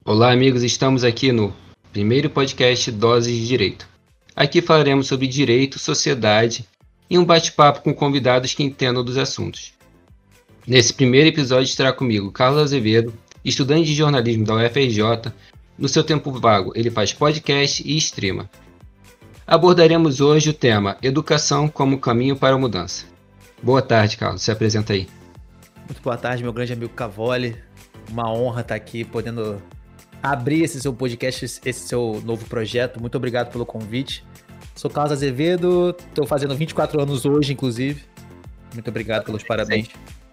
Olá, amigos, estamos aqui no primeiro podcast Doses de Direito. Aqui falaremos sobre direito, sociedade e um bate-papo com convidados que entendam dos assuntos. Nesse primeiro episódio estará comigo Carlos Azevedo, estudante de jornalismo da UFRJ. No seu tempo vago, ele faz podcast e streama. Abordaremos hoje o tema Educação como caminho para a mudança. Boa tarde, Carlos. Se apresenta aí. Muito boa tarde, meu grande amigo Cavoli. Uma honra estar aqui podendo abrir esse seu podcast, esse seu novo projeto. Muito obrigado pelo convite. Sou Carlos Azevedo, estou fazendo 24 anos hoje, inclusive. Muito obrigado pelos parabéns.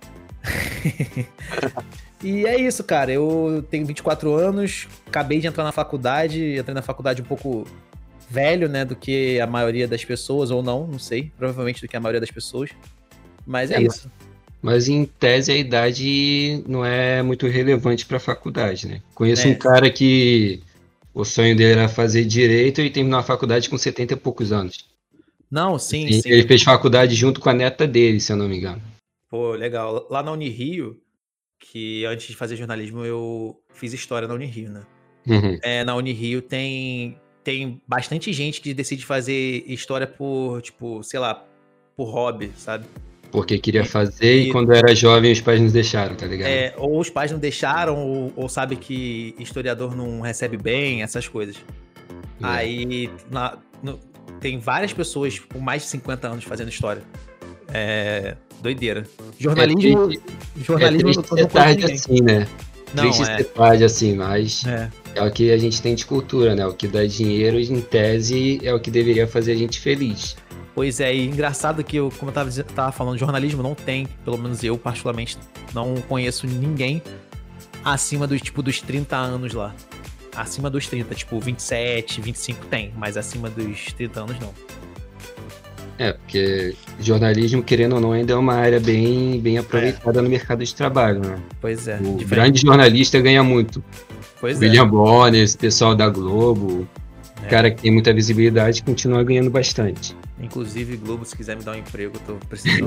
E é isso, cara. Eu tenho 24 anos, acabei de entrar na faculdade. Entrei na faculdade um pouco velho, né, do que a maioria das pessoas, ou não sei. Provavelmente do que a maioria das pessoas. Mas é isso. Mas em tese a idade não é muito relevante para a faculdade, né? Conheço um cara que o sonho dele era fazer direito e terminou a faculdade com 70 e poucos anos. Não, sim. Ele fez faculdade junto com a neta dele, se eu não me engano. Pô, legal. Lá na Unirio, que antes de fazer jornalismo eu fiz história na Unirio, né? Uhum. Na Unirio tem bastante gente que decide fazer história por, tipo, sei lá, por hobby, sabe? Porque queria fazer e quando era jovem os pais não deixaram, tá ligado? Ou os pais não deixaram, ou sabe que historiador não recebe bem, essas coisas. Aí tem várias pessoas com mais de 50 anos fazendo história. Doideira. Jornalismo não é tarde assim, né? Não, triste ser tarde assim, mas é o que a gente tem de cultura, né? O que dá dinheiro, em tese, é o que deveria fazer a gente feliz. Pois é, e engraçado que como eu tava falando, jornalismo não tem, pelo menos eu particularmente não conheço ninguém acima dos 30 anos lá. Acima dos 30, tipo 27, 25 tem, mas acima dos 30 anos não. Porque jornalismo, querendo ou não, ainda é uma área bem aproveitada no mercado de trabalho, né? Pois é. O grande jornalista ganha muito. William Bonner, esse pessoal da Globo, cara que tem muita visibilidade, continua ganhando bastante. Inclusive, Globo, se quiser me dar um emprego, eu tô precisando.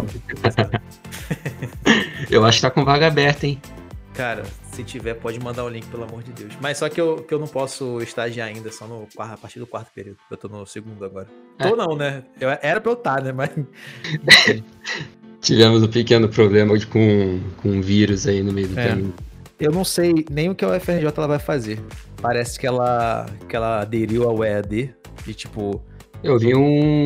Eu acho que tá com vaga aberta, hein? Cara, se tiver, pode mandar o link, pelo amor de Deus. Mas só que eu não posso estagiar ainda, só a partir do quarto período. Eu tô no segundo agora. Não, né? Era pra eu estar, né? Mas... Tivemos um pequeno problema com um vírus aí no meio do caminho. Eu não sei nem o que a UFRJ ela vai fazer. Parece que ela aderiu ao EAD e tipo... Eu vi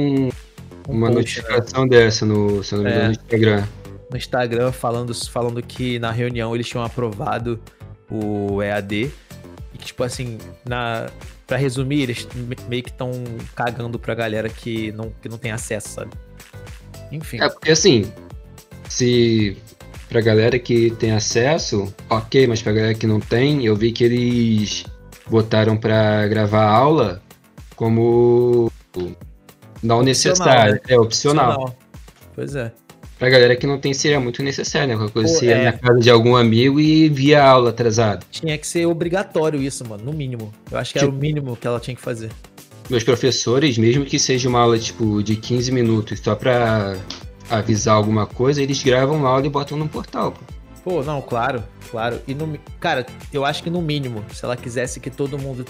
uma notificação dessa no Instagram. No Instagram falando que na reunião eles tinham aprovado o EAD e que, tipo assim, pra resumir, eles meio que estão cagando pra galera que não tem acesso, sabe? Enfim. Porque assim, se pra galera que tem acesso, ok, mas pra galera que não tem, eu vi que eles botaram pra gravar aula como não necessário, né? Opcional. Pois é. Pra galera que não tem, seria muito necessário, né? Qualquer coisa, você ia na casa de algum amigo e via a aula atrasada. Tinha que ser obrigatório isso, mano, no mínimo. Eu acho que era o mínimo que ela tinha que fazer. Meus professores, mesmo que seja uma aula, tipo, de 15 minutos, só pra avisar alguma coisa, eles gravam a aula e botam no portal, pô. Pô, não, claro. E cara, eu acho que no mínimo, se ela quisesse que todo mundo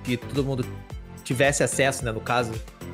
tivesse acesso, né, no caso,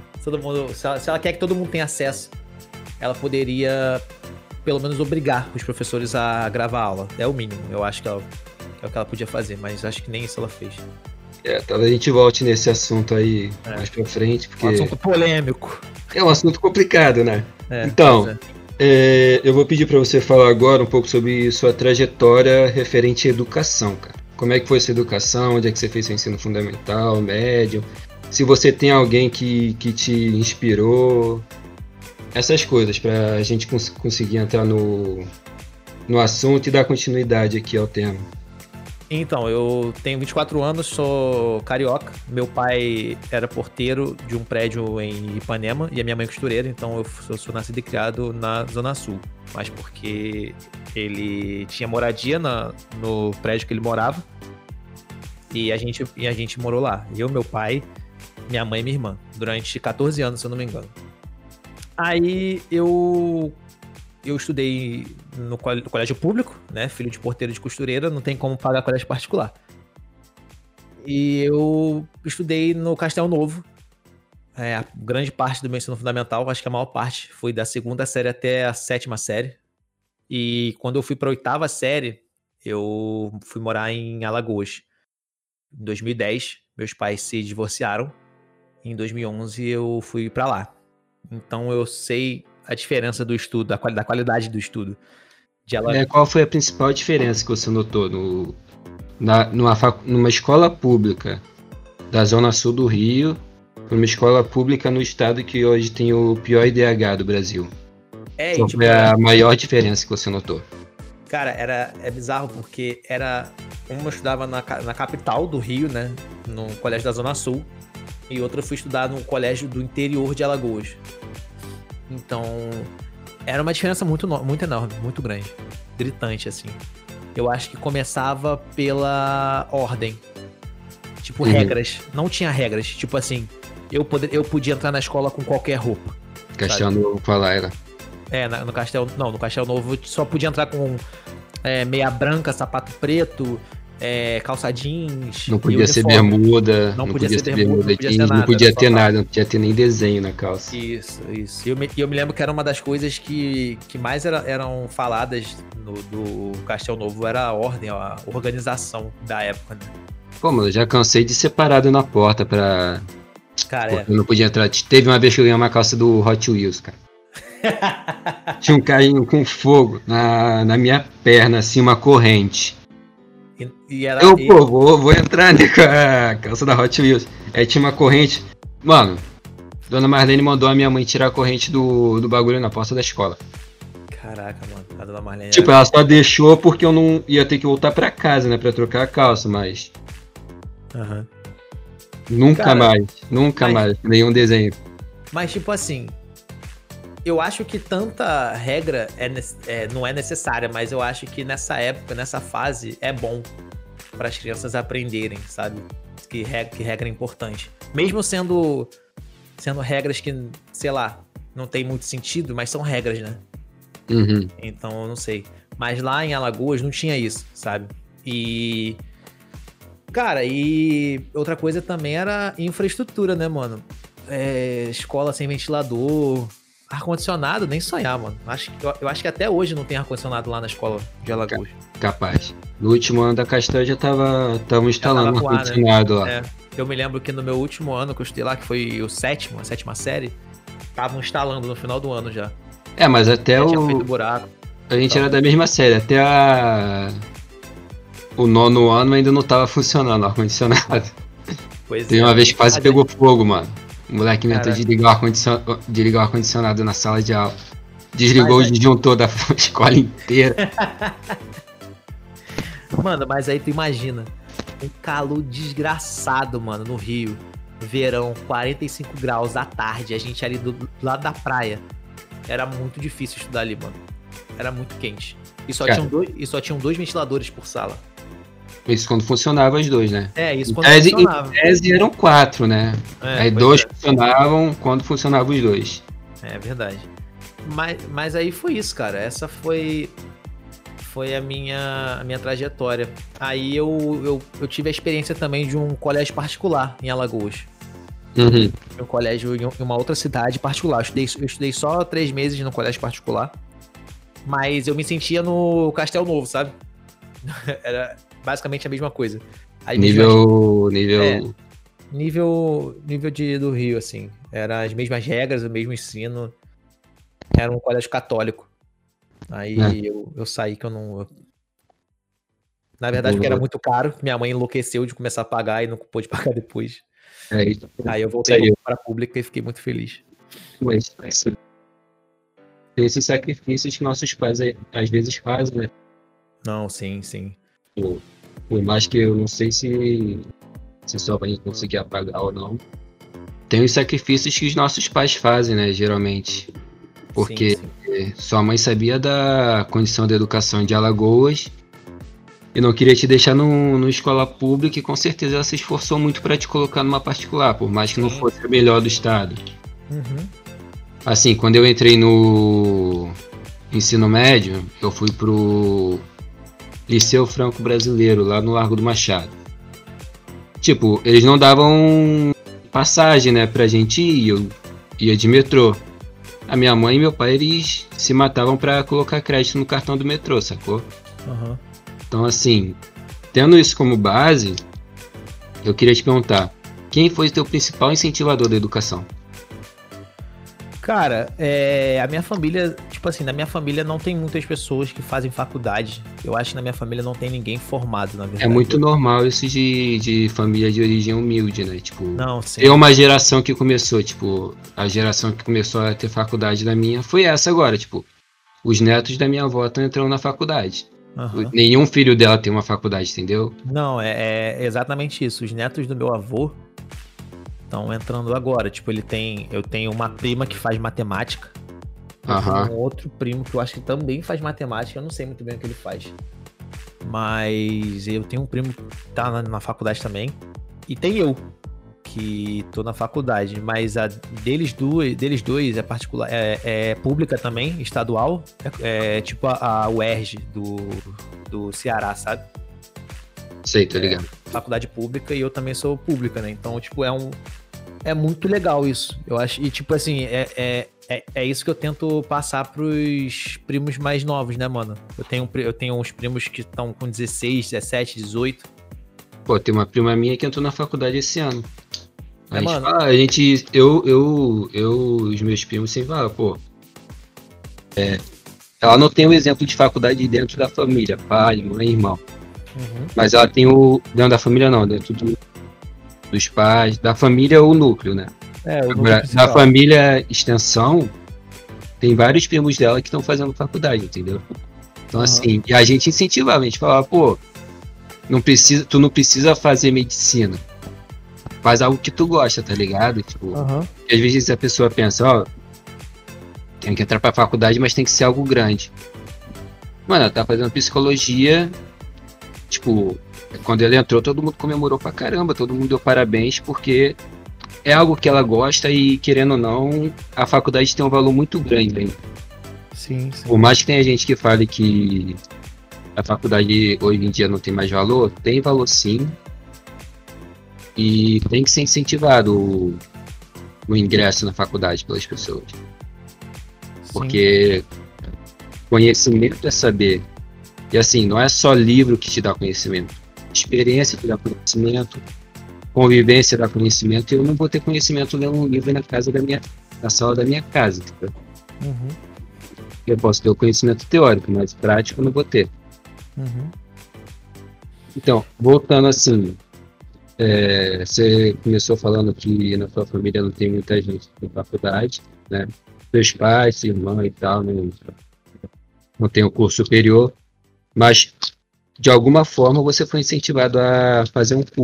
se ela quer que todo mundo tenha acesso, ela poderia, pelo menos, obrigar os professores a gravar a aula. É o mínimo, eu acho que é o que ela podia fazer, mas acho que nem isso ela fez. Talvez a gente volte nesse assunto aí mais pra frente, porque... Um assunto polêmico. É um assunto complicado, né? Então, eu vou pedir pra você falar agora um pouco sobre sua trajetória referente à educação, cara. Como é que foi sua educação, onde é que você fez seu ensino fundamental, médio, se você tem alguém que te inspirou... Essas coisas, pra gente conseguir entrar no assunto e dar continuidade aqui ao tema. Então, eu tenho 24 anos, sou carioca. Meu pai era porteiro de um prédio em Ipanema e a minha mãe costureira, então eu sou nascido e criado na Zona Sul. Mas porque ele tinha moradia no prédio que ele morava e a gente morou lá. Eu, meu pai, minha mãe e minha irmã, durante 14 anos, se eu não me engano. Aí eu estudei no colégio público, né? Filho de porteiro de costureira, não tem como pagar colégio particular. E eu estudei no Castelo Novo. A grande parte do meu ensino fundamental, acho que a maior parte, foi da 2ª série até a 7ª série. E quando eu fui para a 8ª série, eu fui morar em Alagoas. Em 2010, meus pais se divorciaram. Em 2011, eu fui para lá. Então eu sei a diferença do estudo, da qualidade do estudo. Qual foi a principal diferença que você notou numa escola pública da Zona Sul do Rio para uma escola pública no estado que hoje tem o pior IDH do Brasil? Qual foi a maior diferença que você notou? Cara, é bizarro porque uma eu estudava na capital do Rio, né, no colégio da Zona Sul, e outra eu fui estudar no colégio do interior de Alagoas. Então, era uma diferença muito enorme, muito grande, gritante, assim. Eu acho que começava pela ordem. Tipo, regras. Não tinha regras. Tipo assim, eu podia entrar na escola com qualquer roupa. Castelo Novo falar era. No Castelo Novo só podia entrar com meia branca, sapato preto, calça jeans. Não podia ser bermuda. Não podia ser bermuda jeans, não podia ter nada, não podia ter nem desenho na calça. Isso. E eu me lembro que era uma das coisas que mais eram faladas do Castelo Novo, era a ordem, a organização da época, né? Pô, mano, eu já cansei de ser parado na porta pra... Cara, eu não podia entrar. Teve uma vez que eu ganhei uma calça do Hot Wheels, cara. Tinha um carrinho com fogo na minha perna, assim, uma corrente. Vou entrar, né, com a calça da Hot Wheels. Aí tinha uma corrente. Mano, Dona Marlene mandou a minha mãe tirar a corrente do bagulho na porta da escola. Caraca, mano, a Dona Marlene... Tipo, ela só deixou porque eu não ia ter que voltar pra casa, né, pra trocar a calça, mas... Nunca mais, nenhum desenho. Mas, tipo assim, eu acho que tanta regra não é necessária, mas eu acho que nessa época, nessa fase, é bom para as crianças aprenderem, sabe? Que regra é importante. Mesmo sendo regras que, sei lá, não tem muito sentido, mas são regras, né? Então, eu não sei. Mas lá em Alagoas não tinha isso, sabe? E... Cara, e outra coisa também era infraestrutura, né, mano? Escola sem ventilador, ar-condicionado, nem sonhar, mano. Eu acho que até hoje não tem ar-condicionado lá na escola de Alagoas. Capaz. No último ano da Castanha já tava instalando ar-condicionado lá. Eu me lembro que no meu último ano que eu estudei lá, que foi a 7ª série, estavam instalando no final do ano já. Mas até tinha feito buraco. A gente era da mesma série, até o 9º ano ainda não tava funcionando o ar-condicionado. Tem uma vez que quase pegou fogo, mano. O moleque inventou de ligar o ar-condicionado na sala de aula. Desligou o disjuntor da escola inteira. Mano, mas aí tu imagina, um calor desgraçado, mano, no Rio. Verão, 45 graus à tarde, a gente ali do lado da praia. Era muito difícil estudar ali, mano. Era muito quente. E só tinham 2 ventiladores por sala. Isso quando funcionava os 2, né? Isso quando funcionava. Em tese eram 4, né? Aí 2 funcionavam quando funcionavam os 2. É verdade. Mas aí foi isso, cara. Essa foi a minha trajetória. Aí eu tive a experiência também de um colégio particular em Alagoas. Um colégio em uma outra cidade particular. Eu estudei só 3 meses no colégio particular. Mas eu me sentia no Castelo Novo, sabe? Era basicamente a mesma coisa. Aí nível do Rio, assim. Eram as mesmas regras, o mesmo ensino. Era um colégio católico. Aí eu saí que eu não... Na verdade, porque era muito caro. Minha mãe enlouqueceu de começar a pagar e não pôde pagar depois. Aí eu voltei para a pública e fiquei muito feliz. Tem esses sacrifícios que nossos pais às vezes fazem, né? Não, sim. Por mais que eu não sei se só vai conseguir apagar ou não. Tem os sacrifícios que os nossos pais fazem, né? Geralmente. Porque sua mãe sabia da condição da educação de Alagoas e não queria te deixar numa escola pública, e com certeza ela se esforçou muito para te colocar numa particular, por mais que não fosse a melhor do estado. Assim, quando eu entrei no ensino médio, eu fui pro Liceu Franco Brasileiro, lá no Largo do Machado. Tipo, eles não davam passagem, né, pra gente ir, eu ia de metrô. A minha mãe e meu pai, eles se matavam pra colocar crédito no cartão do metrô, sacou? Aham. Então, assim, tendo isso como base, eu queria te perguntar, quem foi o teu principal incentivador da educação? Cara, a minha família, tipo assim, na minha família não tem muitas pessoas que fazem faculdade. Eu acho que na minha família não tem ninguém formado, na verdade. É muito normal isso de família de origem humilde, né? Tipo, Não, sim. tem uma geração que começou, tipo, a geração que começou a ter faculdade da minha foi essa agora, tipo, os netos da minha avó estão entrando na faculdade. Aham. Nenhum filho dela tem uma faculdade, entendeu? Não, é exatamente isso. Os netos do meu avô estão entrando agora. Tipo, eu tenho uma prima que faz matemática. Eu Aham. tenho um outro primo que eu acho que também faz matemática. Eu não sei muito bem o que ele faz. Mas eu tenho um primo que tá na faculdade também. E tem eu, que tô na faculdade. Mas a deles dois é particular, é pública também, estadual. É tipo a UERJ do Ceará, sabe? Sei, tô ligado. Faculdade pública e eu também sou pública, né? Então, tipo, é muito legal isso. Eu acho. E, tipo, assim, é isso que eu tento passar pros primos mais novos, né, mano? Eu tenho uns primos que estão com 16, 17, 18. Pô, tem uma prima minha que entrou na faculdade esse ano. Mano. Eu e os meus primos sempre falam, pô, ela não tem um exemplo de faculdade dentro da família, pai, mãe, irmão. Uhum. Mas ela tem dentro da família não, dentro dos pais, da família o núcleo, né? O núcleo Agora, principal. da família extensão, tem vários primos dela que estão fazendo faculdade, entendeu? Então, assim, e a gente incentivava, a gente falava, pô, tu não precisa fazer medicina. Faz algo que tu gosta, tá ligado? Tipo, às vezes a pessoa pensa, ó, tem que entrar pra faculdade, mas tem que ser algo grande. Mano, ela tá fazendo psicologia, tipo, quando ela entrou, todo mundo comemorou pra caramba, todo mundo deu parabéns, porque é algo que ela gosta e, querendo ou não, a faculdade tem um valor muito grande ainda. Sim, sim. Por mais que tenha gente que fale que a faculdade hoje em dia não tem mais valor, tem valor sim. E tem que ser incentivado o ingresso na faculdade pelas pessoas. Porque conhecimento é saber. E assim, não é só livro que te dá conhecimento. Experiência te dá conhecimento. Convivência dá conhecimento. E eu não vou ter conhecimento lendo um livro na sala da minha casa. Entendeu? Eu posso ter o conhecimento teórico, mas prático eu não vou ter. Então, voltando assim, você começou falando que na sua família não tem muita gente com faculdade, né? Seus pais, seu irmão e tal, não tem o curso superior, mas de alguma forma você foi incentivado a fazer um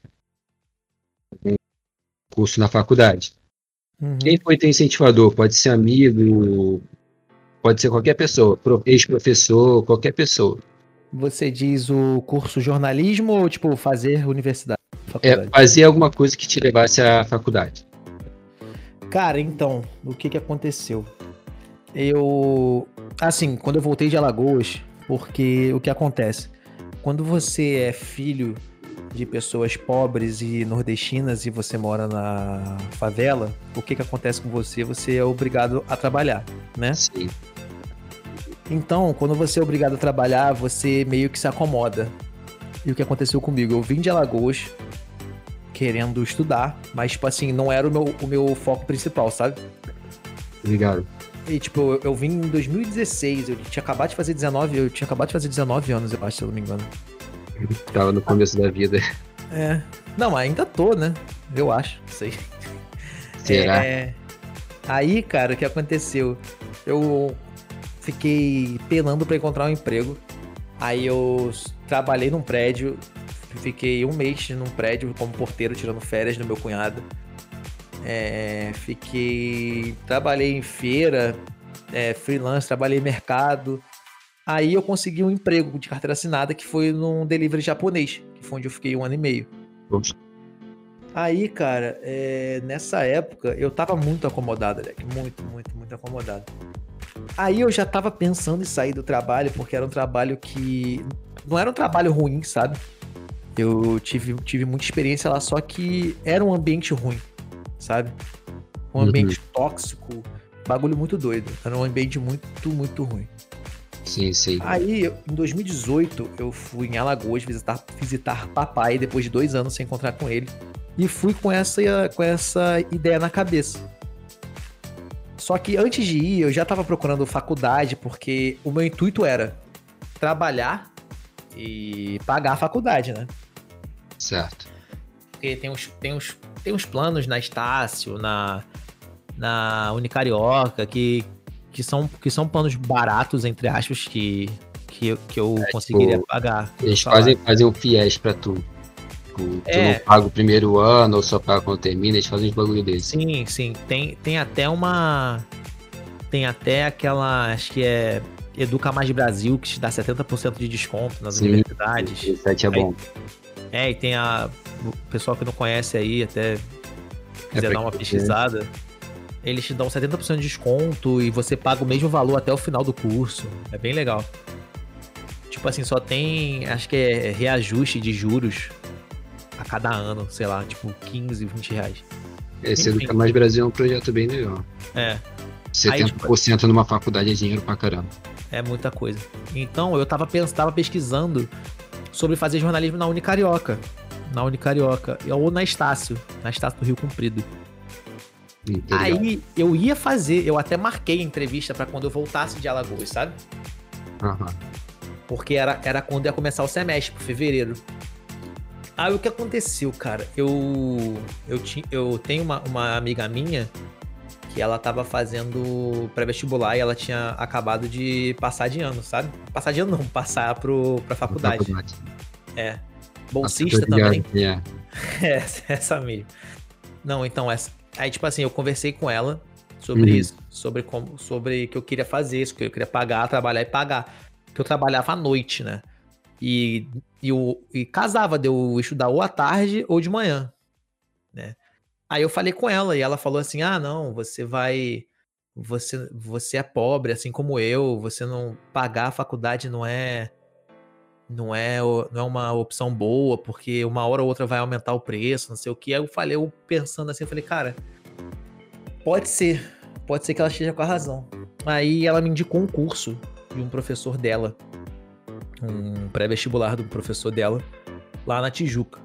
curso na faculdade. Quem foi teu incentivador? Pode ser amigo, pode ser qualquer pessoa, ex-professor, qualquer pessoa. Você diz o curso jornalismo ou, tipo, fazer universidade? Fazer alguma coisa que te levasse à faculdade. Cara, então, o que aconteceu? Assim, quando eu voltei de Alagoas, porque o que acontece? Quando você é filho de pessoas pobres e nordestinas e você mora na favela, o que acontece com você? Você é obrigado a trabalhar, né? Sim. Então, quando você é obrigado a trabalhar, você meio que se acomoda. E o que aconteceu comigo? Eu vim de Alagoas querendo estudar, mas, tipo assim, não era o meu foco principal, sabe? Obrigado. E, tipo, eu vim em 2016, eu tinha acabado de fazer 19 anos, eu acho, se eu não me engano. Tava no começo da vida. Não, ainda tô, né? Eu acho, não sei. Será? Aí, cara, o que aconteceu? Eu fiquei penando pra encontrar um emprego. Aí eu trabalhei num prédio, fiquei um mês num prédio como porteiro, tirando férias do meu cunhado. Trabalhei em feira, freelance, trabalhei em mercado. Aí eu consegui um emprego de carteira assinada que foi num delivery japonês, que foi onde eu fiquei 1 ano e meio. Poxa. Aí, cara, nessa época eu tava muito acomodado, Alec, muito acomodado. Aí eu já tava pensando em sair do trabalho, porque era um trabalho que não era um trabalho ruim, sabe? Eu tive muita experiência lá, só que era um ambiente ruim, sabe? Um ambiente tóxico, bagulho muito doido. Era um ambiente muito, muito ruim. Sim, sim. Aí, em 2018, eu fui em Alagoas visitar papai, depois de 2 anos sem encontrar com ele. E fui com essa ideia na cabeça. Só que antes de ir, eu já tava procurando faculdade, porque o meu intuito era trabalhar e pagar a faculdade, né? Certo. Porque tem uns planos na Estácio, na Unicarioca, que são planos baratos, entre aspas, que eu conseguiria pagar. Eles fazem um FIES pra tu. Tu não paga o primeiro ano ou só paga quando termina, eles fazem uns bagulho desse. Sim. Tem até uma... Tem até aquela, acho que é Educa Mais Brasil, que te dá 70% de desconto nas universidades. Esse site é bom. E tem o pessoal que não conhece aí, até quiser dar uma pesquisada, eles te dão 70% de desconto e você paga o mesmo valor até o final do curso. É bem legal. Tipo assim, só tem, acho que é reajuste de juros a cada ano, sei lá, tipo 15, 20 reais. Esse Educa Mais Brasil é um projeto bem legal. 70% numa faculdade é dinheiro pra caramba. É muita coisa. Então, eu tava pesquisando sobre fazer jornalismo na Unicarioca. Ou na Estácio do Rio Comprido. Aí, eu ia fazer, eu até marquei a entrevista pra quando eu voltasse de Alagoas, sabe? Porque era quando ia começar o semestre, por fevereiro. Aí, o que aconteceu, cara? Eu tenho uma amiga minha que ela tava fazendo pré-vestibular e ela tinha acabado de passar de ano, sabe? Passar de ano não, passar pra faculdade. Bolsista também. Essa mesmo. Não, então, aí tipo assim, eu conversei com ela sobre isso, sobre o que eu queria fazer, isso que eu queria pagar, trabalhar e pagar. Porque eu trabalhava à noite, né? E casava de eu estudar ou à tarde ou de manhã, né? Aí eu falei com ela e ela falou assim, não, você é pobre, assim como eu, você não pagar a faculdade não é uma opção boa, porque uma hora ou outra vai aumentar o preço, não sei o que. Aí eu pensando assim, eu falei, cara, pode ser que ela esteja com a razão. Aí ela me indicou um curso de um professor dela, um pré-vestibular do professor dela, lá na Tijuca.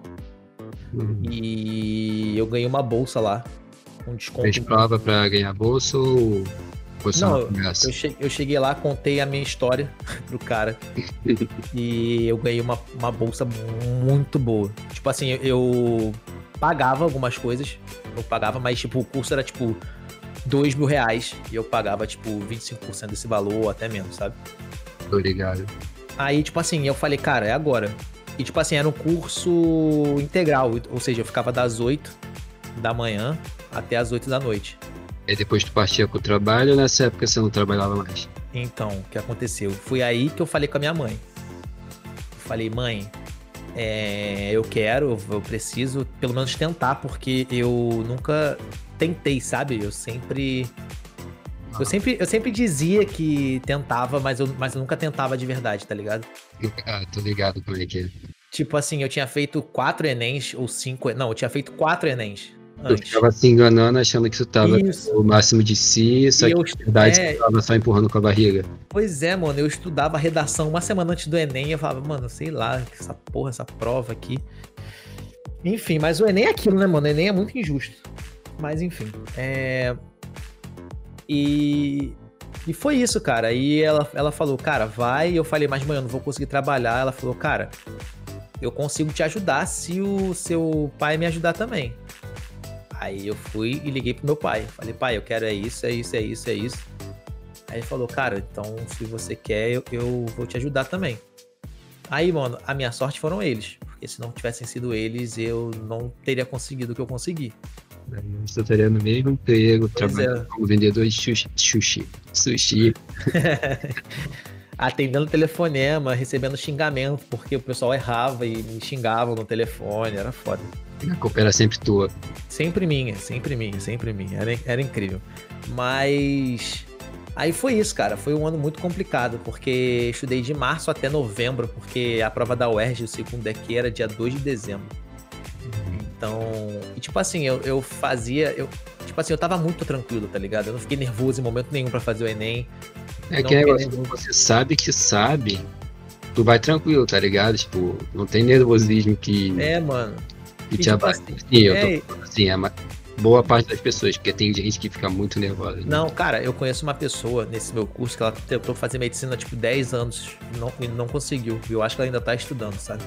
E eu ganhei uma bolsa lá, com desconto. Fez prova pra ganhar bolsa ou você não eu cheguei lá, contei a minha história pro cara e eu ganhei uma bolsa muito boa. Tipo assim, eu pagava algumas coisas, mas tipo, o curso era tipo R$2.000 e eu pagava tipo 25% desse valor ou até menos, sabe? Obrigado. Aí tipo assim, eu falei, cara, é agora. E tipo assim, era um curso integral, ou seja, eu ficava das 8 da manhã até as 8 da noite. E depois tu partia pro trabalho ou nessa época você não trabalhava mais? Então, o que aconteceu? Foi aí que eu falei com a minha mãe. Eu falei, mãe, eu preciso pelo menos tentar, porque eu nunca tentei, sabe? Eu sempre dizia que tentava, mas eu nunca tentava de verdade, tá ligado? Tô ligado como é que é. Tipo assim, eu tinha feito 4 Enems ou 5... Não, eu tinha feito 4 Enems antes. Tu ficava se enganando, achando que tu tava o máximo de si, só que na verdade tu tava só empurrando com a barriga. Pois é, mano, eu estudava redação uma semana antes do Enem e eu falava, mano, sei lá, essa prova aqui. Enfim, mas o Enem é aquilo, né, mano? O Enem é muito injusto. Mas enfim, E foi isso, cara. Aí ela falou, cara, vai. Eu falei, mas mãe, eu não vou conseguir trabalhar. Ela falou, cara, eu consigo te ajudar se o seu pai me ajudar também. Aí eu fui e liguei pro meu pai. Falei, pai, eu quero isso. Aí ele falou, cara, então se você quer, eu vou te ajudar também. Aí, mano, a minha sorte foram eles. Porque se não tivessem sido eles, eu não teria conseguido o que eu consegui. Você estaria no mesmo emprego, trabalhando como vendedor de sushi. Atendendo telefonema, recebendo xingamento, porque o pessoal errava e me xingava no telefone, era foda. A culpa era sempre tua. Sempre minha. Era incrível. Mas Aí foi isso, cara. Foi um ano muito complicado, porque estudei de março até novembro, porque a prova da UERJ, o segundo EQ, era dia 2 de dezembro. Então, e tipo assim, tipo assim, eu tava muito tranquilo, tá ligado? Eu não fiquei nervoso em momento nenhum pra fazer o Enem. É que negócio, você sabe que sabe, tu vai tranquilo, tá ligado? Tipo, não tem nervosismo que... mano. Que te abate. Assim, eu tô assim, boa parte das pessoas, porque tem gente que fica muito nervosa. Né? Não, cara, eu conheço uma pessoa nesse meu curso que ela tentou fazer medicina, tipo, 10 anos e não conseguiu. Eu acho que ela ainda tá estudando, sabe?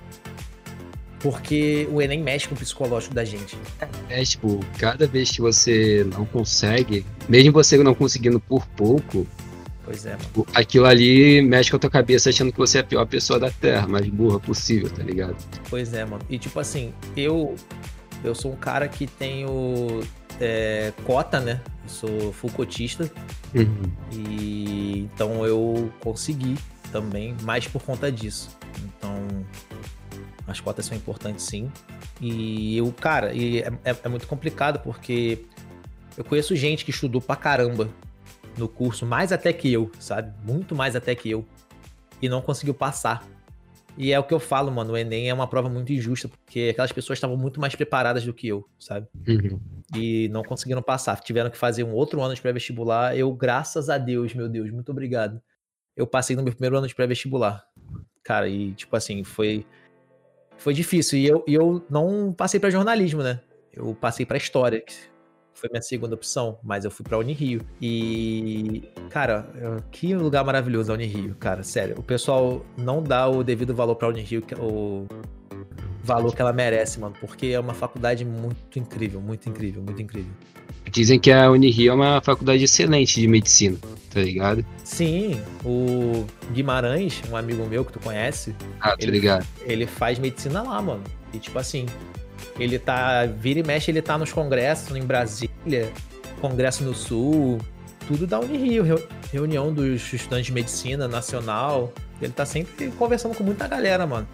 Porque o Enem mexe com o psicológico da gente. Tipo, cada vez que você não consegue, mesmo você não conseguindo por pouco, pois é, mano. Aquilo ali mexe com a tua cabeça achando que você é a pior pessoa da Terra, mais burra possível, tá ligado? Pois é, mano. E tipo assim, eu sou um cara que tenho cota, né? Eu sou full cotista. Uhum. E então eu consegui também, mais por conta disso. Então, as cotas são importantes, sim. E eu, cara, é muito complicado porque eu conheço gente que estudou pra caramba no curso, mais até que eu, sabe? Muito mais até que eu. E não conseguiu passar. E é o que eu falo, mano, o Enem é uma prova muito injusta, porque aquelas pessoas estavam muito mais preparadas do que eu, sabe? Uhum. E não conseguiram passar. Tiveram que fazer um outro ano de pré-vestibular. Eu, graças a Deus, meu Deus, muito obrigado. Eu passei no meu primeiro ano de pré-vestibular. Cara, e tipo assim, foi difícil. E eu não passei pra jornalismo, né? Eu passei pra história, que foi minha segunda opção, mas eu fui pra Unirio. E, cara, que lugar maravilhoso a Unirio, cara, sério. O pessoal não dá o devido valor pra Unirio, o valor que ela merece, mano, porque é uma faculdade muito incrível, muito incrível, muito incrível. Dizem que a Unirio é uma faculdade excelente de medicina, tá ligado? Sim, o Guimarães, um amigo meu que tu conhece, tá ligado. Ele faz medicina lá, mano. E tipo assim, ele vira e mexe, ele tá nos congressos em Brasília, congresso no Sul, tudo da Unirio, reunião dos estudantes de medicina nacional. Ele tá sempre conversando com muita galera, mano.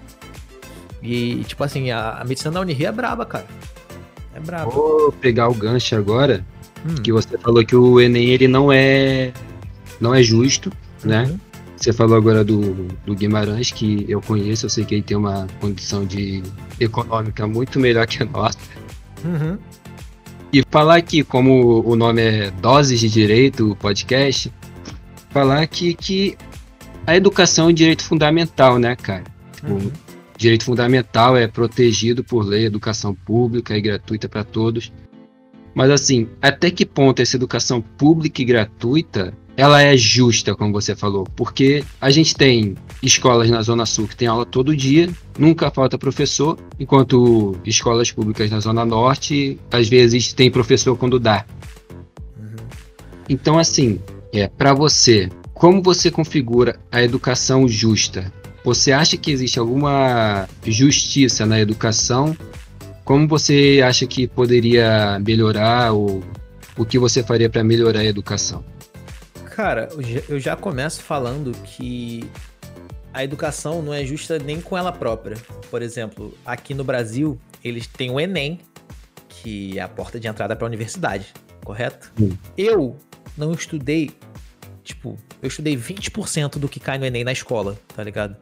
E tipo assim, a medicina da Unirio é braba, cara. É braba. Vou pegar o gancho agora, que você falou que o Enem ele não é justo, né? Você falou agora do Guimarães, que eu conheço, eu sei que ele tem uma condição econômica muito melhor que a nossa. Uhum. E falar aqui, como o nome é Doses de Direito, o podcast, falar que a educação é um direito fundamental, né, cara? Uhum. O direito fundamental é protegido por lei, educação pública e gratuita para todos. Mas assim, até que ponto essa educação pública e gratuita ela é justa, como você falou? Porque a gente tem escolas na Zona Sul que tem aula todo dia, nunca falta professor, enquanto escolas públicas na Zona Norte, às vezes tem professor quando dá. Uhum. Então, assim, para você, como você configura a educação justa? Você acha que existe alguma justiça na educação? Como você acha que poderia melhorar ou o que você faria para melhorar a educação? Cara, eu já começo falando que a educação não é justa nem com ela própria. Por exemplo, aqui no Brasil, eles têm o Enem, que é a porta de entrada para a universidade, correto? Eu não estudei, eu estudei 20% do que cai no Enem na escola, tá ligado?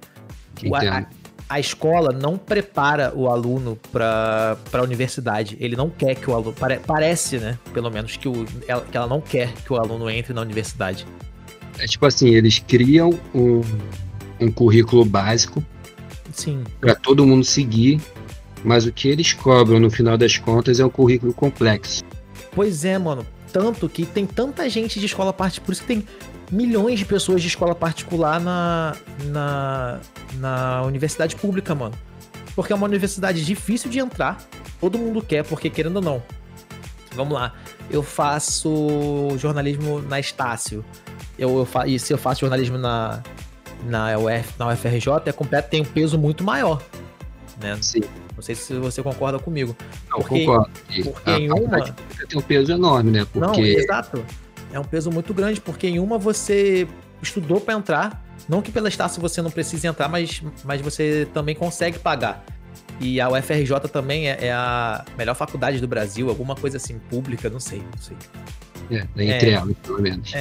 A escola não prepara o aluno para a universidade. Ele não quer que o aluno... Parece, né? Pelo menos que ela não quer que o aluno entre na universidade. É tipo assim, eles criam um currículo básico para todo mundo seguir, mas o que eles cobram no final das contas é um currículo complexo. Pois é, mano. Tanto que tem tanta gente de escola particular, por isso que tem milhões de pessoas de escola particular na universidade pública, mano. Porque é uma universidade difícil de entrar, todo mundo quer, porque querendo ou não. Vamos lá, eu faço jornalismo na Estácio, e se eu faço jornalismo na UFRJ, tem um peso muito maior, né? Sim. Não sei se você concorda comigo. Não, concordo. Porque em uma... tem um peso enorme, né? Não, exato. É um peso muito grande, porque em uma você estudou para entrar, não que pela Estácio você não precise entrar, mas você também consegue pagar. E a UFRJ também é a melhor faculdade do Brasil, alguma coisa assim, pública, não sei. Entre elas, pelo menos.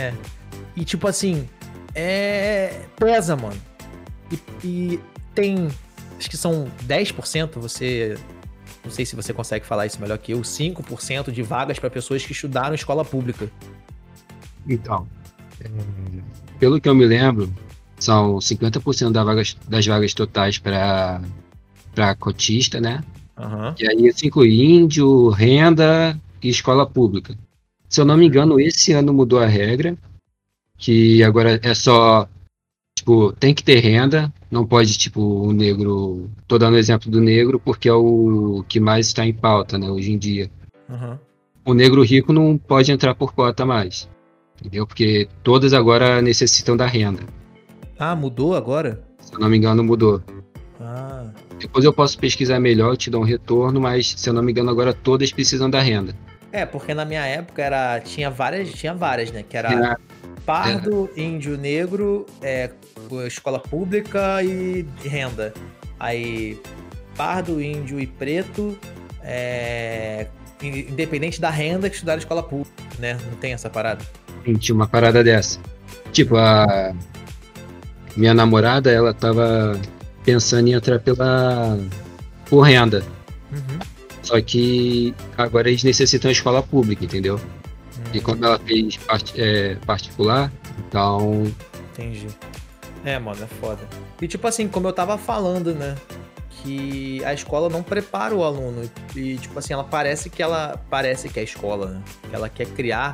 E tipo assim, pesa, mano. E tem, acho que são 10%, não sei se você consegue falar isso melhor que eu, 5% de vagas para pessoas que estudaram em escola pública. Então, pelo que eu me lembro, são 50% das vagas totais para cotista, né? Uhum. E aí isso inclui índio, renda e escola pública. Se eu não me engano, esse ano mudou a regra, que agora é só, tipo, tem que ter renda, não pode, tipo, o negro... Tô dando exemplo do negro porque é o que mais está em pauta, né, hoje em dia. Uhum. O negro rico não pode entrar por cota mais, entendeu? Porque todas agora necessitam da renda. Ah, mudou agora? Se eu não me engano, mudou. Ah, Depois eu posso pesquisar melhor, eu te dou um retorno, mas se eu não me engano, agora todas precisam da renda. porque na minha época tinha várias, né? Que era É, pardo, índio, negro, escola pública e renda. Aí, pardo, índio e preto, independente da renda, que estudaram escola pública, né? Não tem essa parada. tinha uma parada dessa. Tipo, a minha namorada, ela tava pensando em entrar por renda. Uhum. Só que agora eles necessitam escola pública, entendeu? E como ela fez particular, então... Entendi. Mano, é foda. E tipo assim, como eu tava falando, né? Que a escola não prepara o aluno. E tipo assim, parece que é a escola, né? Que ela quer criar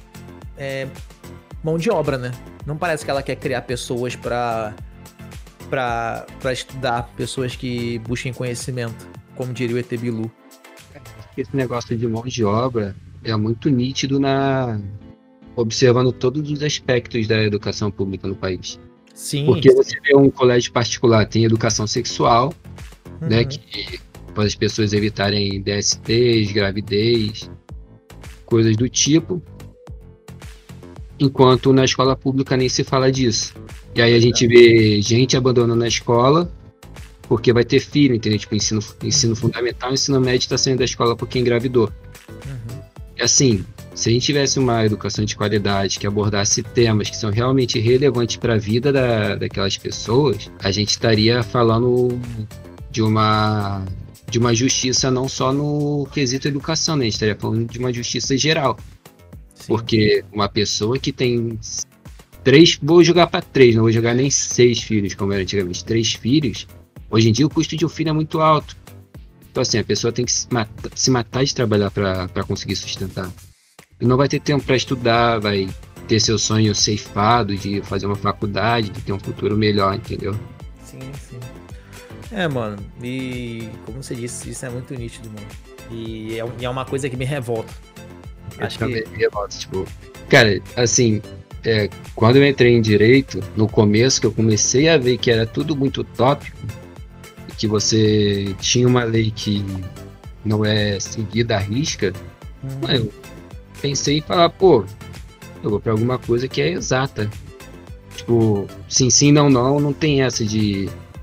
mão de obra, né? Não parece que ela quer criar pessoas pra estudar, pessoas que busquem conhecimento, como diria o ET Bilu. Esse negócio de mão de obra é muito nítido observando todos os aspectos da educação pública no país. Sim. Porque você vê um colégio particular, tem educação sexual, né, Uhum. que para as pessoas evitarem DSTs, gravidez, coisas do tipo, enquanto na escola pública nem se fala disso. E aí a gente vê gente abandonando a escola porque vai ter filho, entendeu? Tipo, ensino fundamental, ensino médio está saindo da escola porque engravidou. Uhum. E assim, se a gente tivesse uma educação de qualidade que abordasse temas que são realmente relevantes para a vida daquelas pessoas, a gente estaria falando de uma justiça não só no quesito educação, né? A gente estaria falando de uma justiça geral. Sim. Porque uma pessoa que tem 3, vou jogar para 3, não vou jogar nem 6 filhos, como era antigamente, 3 filhos, hoje em dia o custo de um filho é muito alto. Então assim, a pessoa tem que se matar de trabalhar para conseguir sustentar. E não vai ter tempo para estudar, vai ter seu sonho ceifado de fazer uma faculdade, de ter um futuro melhor, entendeu? Sim, sim. Mano, e como você disse, isso é muito nítido, mano. E é uma coisa que me revolta. Acho que me revolta, tipo... Cara, assim, quando eu entrei em Direito, no começo que eu comecei a ver que era tudo muito utópico, que você tinha uma lei que não é seguida à risca, eu pensei em falar, pô, eu vou pra alguma coisa que é exata. Tipo, sim, não tem essa de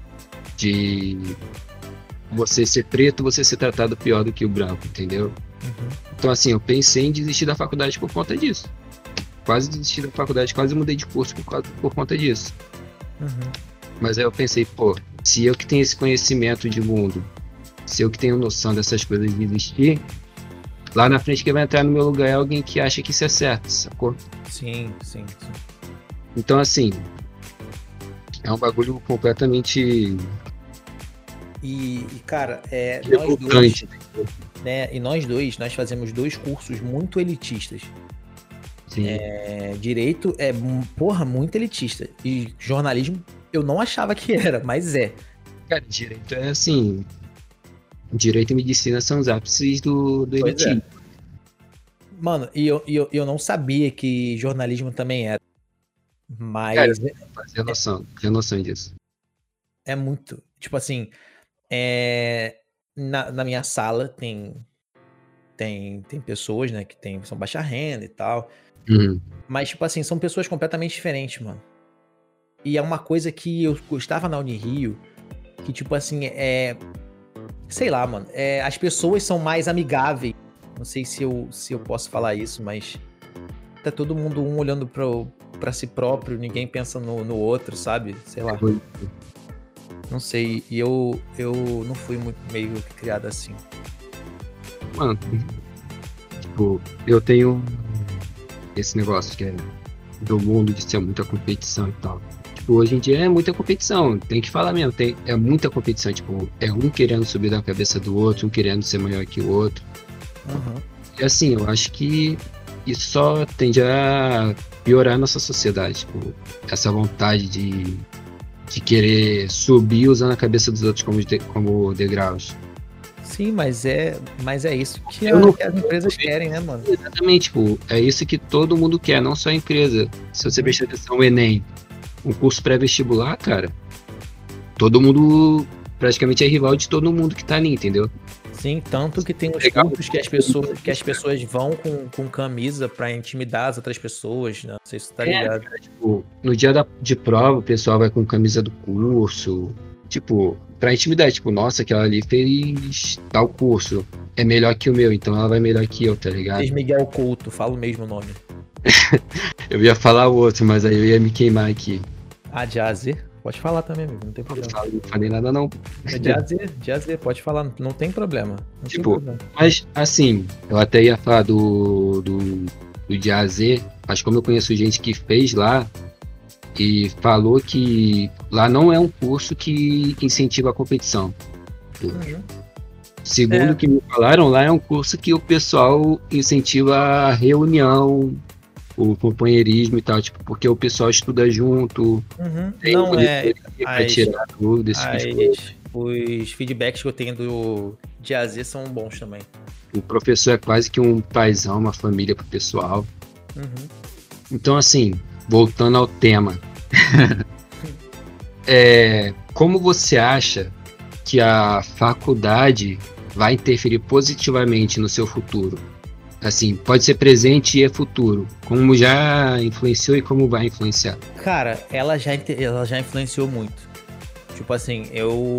você ser preto, você ser tratado pior do que o branco, entendeu? Uhum. Então, assim, eu pensei em desistir da faculdade por conta disso. Quase desisti da faculdade, quase mudei de curso por conta disso. Uhum. Mas aí eu pensei, pô, se eu que tenho esse conhecimento de mundo, se eu que tenho noção dessas coisas de existir, lá na frente quem vai entrar no meu lugar é alguém que acha que isso é certo, sacou? Sim. Então, assim, é um bagulho completamente... E cara, nós dois, nós fazemos 2 cursos muito elitistas. Sim. Direito é, muito elitista. E jornalismo eu não achava que era, mas é. Cara, direito é assim... Direito e medicina são os ápices do elitismo. Mano, e eu não sabia que jornalismo também era. Mas... Cara, tinha noção disso. É muito... Tipo assim, na minha sala tem pessoas, né, que são baixa renda e tal. Uhum. Mas, tipo assim, são pessoas completamente diferentes, mano. E é uma coisa que eu gostava na Unirio, que, tipo assim, sei lá, mano, as pessoas são mais Não sei se eu posso falar isso, mas tá todo mundo um olhando pra si próprio, ninguém pensa no outro, sabe? Sei lá. Não sei. E eu não fui muito meio que criado assim. Mano, tipo, eu tenho esse negócio que é do mundo de ser muita competição e tal. Tipo, hoje em dia é muita competição, tem que falar mesmo, é muita competição, tipo, é um querendo subir na cabeça do outro, um querendo ser maior que o outro. Uhum. E assim, eu acho que isso só tende a piorar a nossa sociedade, tipo, essa vontade de querer subir usando a cabeça dos outros como degraus. Sim, mas é isso que Eu não- as empresas querem, né, mano? Exatamente, tipo, é isso que todo mundo quer, não só a empresa. Se você prestar atenção no Enem, um curso pré-vestibular, cara, todo mundo praticamente é rival de todo mundo que tá ali, entendeu? Sim, tanto que tem os Legal. cursos que as pessoas vão com camisa pra intimidar as outras pessoas, né? Não sei se tu tá ligado. Cara, tipo, no dia de prova, o pessoal vai com camisa do curso, tipo, pra intimidar, tipo, nossa, aquela ali fez tal curso, é melhor que o meu, então ela vai melhor que eu, tá ligado? Fez Miguel Couto, fala o mesmo nome. Eu ia falar o outro, mas aí eu ia me queimar aqui. De A a Z? Pode falar também, amigo, não tem problema. Não falei nada não. De A a Z, pode falar, não tem problema. Não Tipo, tem problema. Mas, assim, eu até ia falar do de A a Z, mas como eu conheço gente que fez lá e falou que lá não é um curso que incentiva a competição. Uhum. Segundo o que me falaram, lá é um curso que o pessoal incentiva a reunião, o companheirismo e tal, tipo, porque o pessoal estuda junto, Uhum. tem Não monitoria pra tirar dúvida, esse tipo de coisa. Os feedbacks que eu tenho do de A a Z são bons também. O professor é quase que um paizão, uma família pro pessoal. Uhum. Então, assim, voltando ao tema, como você acha que a faculdade vai interferir positivamente no seu futuro? Assim, pode ser presente e é futuro. Como já influenciou e como vai influenciar? Cara, ela já influenciou muito. Tipo assim,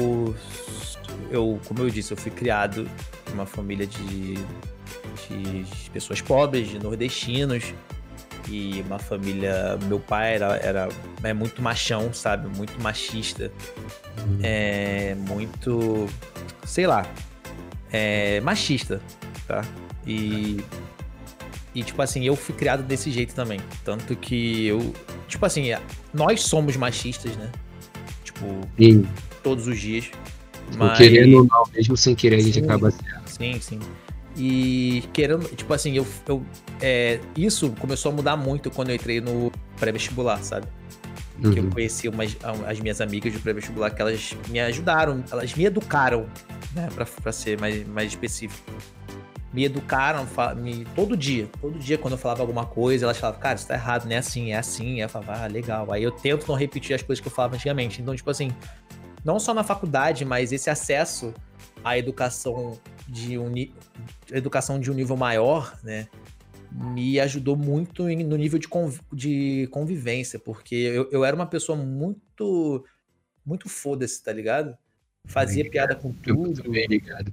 como eu disse, eu fui criado em uma família de pessoas pobres, de nordestinos, e uma família, meu pai é muito machão, sabe? Muito machista. É muito, sei lá, machista, tá? E tipo assim, eu fui criado desse jeito também. Tanto que tipo assim, nós somos machistas, né? Tipo, Sim. todos os dias. Mas... querendo ou não, mesmo sem querer, a gente acaba sendo. Sim. E querendo, tipo assim, isso começou a mudar muito quando eu entrei no pré-vestibular, sabe? Que eu conheci as minhas amigas do pré-vestibular, que elas me ajudaram, elas me educaram, né? Pra ser mais específico. Me educaram todo dia quando eu falava alguma coisa, elas falavam, cara, isso tá errado, não é assim, é assim. Aí eu falava, legal. Aí eu tento não repetir as coisas que eu falava antigamente. Então, tipo assim, não só na faculdade, mas esse acesso à educação de um nível maior, né, me ajudou muito no nível de convivência, porque eu era uma pessoa muito, muito foda-se, tá ligado? Fazia piada com tudo. Eu bem ligado.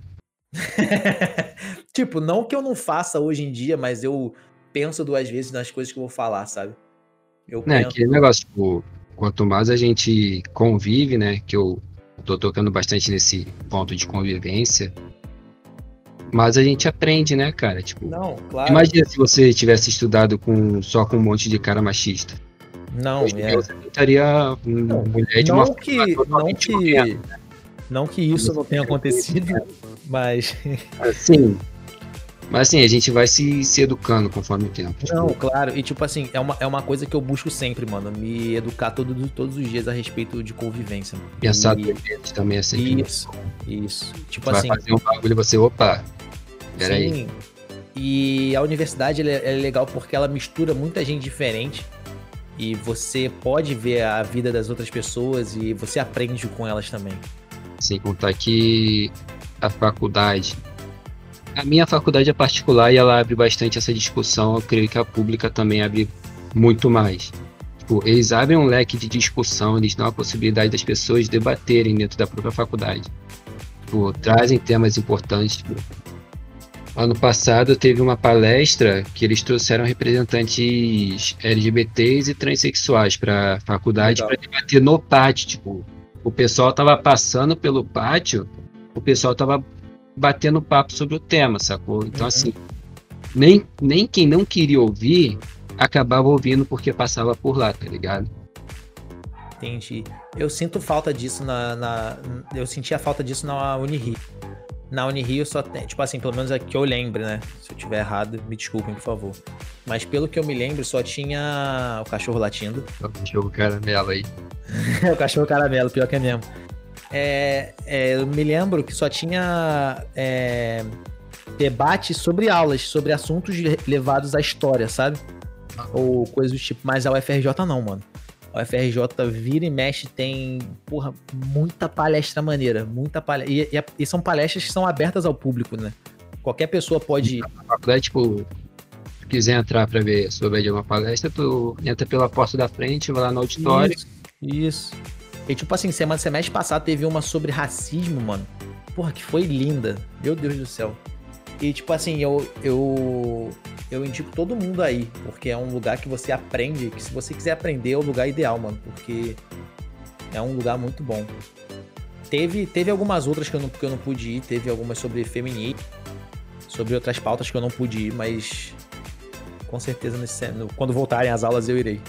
Tipo, não que eu não faça hoje em dia, mas eu penso 2 vezes nas coisas que eu vou falar, sabe? Aquele negócio, tipo, quanto mais a gente convive, né, que eu tô tocando bastante nesse ponto de convivência, mas a gente aprende, né, cara? Tipo, não, claro. Imagina se você tivesse estudado só com um monte de cara machista. Não, você estaria mulher de uma forma não que isso não tenha acontecido, mas... Mas assim, a gente vai se educando conforme o tempo. Não, claro, e tipo assim, é uma coisa que eu busco sempre, mano, me educar todos os dias a respeito de convivência. Mano. Pensar também é sempre Isso. Tipo vai assim... fazer um bagulho e você, opa, peraí. Sim, e a universidade ela é legal porque ela mistura muita gente diferente e você pode ver a vida das outras pessoas e você aprende com elas também. Sem contar que a faculdade... A minha faculdade é particular e ela abre bastante essa discussão. Eu creio que a pública também abre muito mais. Tipo, eles abrem um leque de discussão, eles dão a possibilidade das pessoas debaterem dentro da própria faculdade. Tipo, trazem temas importantes. Tipo, Ano passado teve uma palestra que eles trouxeram representantes LGBTs e transexuais para a faculdade Legal. para debater no pátio. Tipo, o pessoal tava passando pelo pátio, o pessoal tava batendo papo sobre o tema, sacou? Então, assim, nem quem não queria ouvir acabava ouvindo porque passava por lá, tá ligado? Entendi. Eu sinto falta disso eu sentia falta disso na Unirio. Na Unirio só tem, tipo assim, pelo menos é que eu lembro, né? Se eu tiver errado, me desculpem, por favor. Mas pelo que eu me lembro, só tinha o cachorro latindo. O jogo caramelo aí. O cachorro caramelo, pior que é mesmo. Eu me lembro que só tinha debate sobre aulas, sobre assuntos levados à história, sabe? Ou coisas do tipo. Mas a UFRJ não, mano. A UFRJ vira e mexe, tem, porra, muita palestra maneira, muita palestra. E são palestras que são abertas ao público, né? Qualquer pessoa pode ir. A faculdade, tipo, se quiser entrar para ver sobre uma palestra, tu entra pela porta da frente, vai lá no auditório. Isso. E tipo assim, semestre passado teve uma sobre racismo, mano. Porra, que foi linda. Meu Deus do céu. E tipo assim, eu indico todo mundo aí, porque é um lugar que você aprende, que se você quiser aprender é o lugar ideal, mano, porque é um lugar muito bom. Teve algumas outras que eu não pude ir, teve algumas sobre feminismo, sobre outras pautas que eu não pude ir, mas com certeza quando voltarem as aulas eu irei.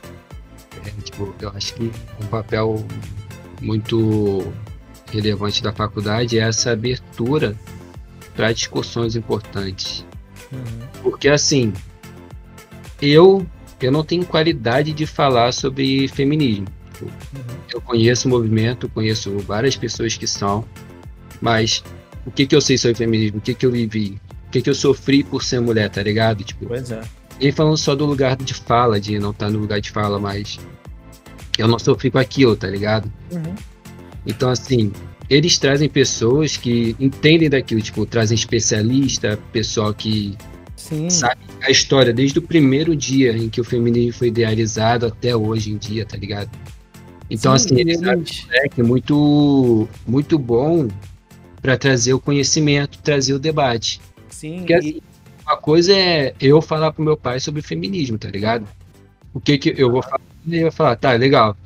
Tipo, eu acho que um papel muito relevante da faculdade é essa abertura para discussões importantes. Porque assim, eu não tenho qualidade de falar sobre feminismo. Eu conheço o movimento, conheço várias pessoas que são, mas o que eu sei sobre feminismo, o que eu vivi, o que eu sofri por ser mulher, tá ligado? Tipo, Pois é. nem falando só do lugar de fala, de não estar no lugar de fala, mas eu não sofri com aquilo, tá ligado? Então, assim, eles trazem pessoas que entendem daquilo, tipo, trazem especialista, pessoal que sabe a história desde o primeiro dia em que o feminismo foi idealizado até hoje em dia, tá ligado? Então, assim, eles trazem um leque muito, muito bom para trazer o conhecimento, trazer o debate. Sim. Porque, assim, uma coisa é eu falar pro meu pai sobre feminismo, tá ligado? O que eu vou falar? Ele vai falar, tá, legal.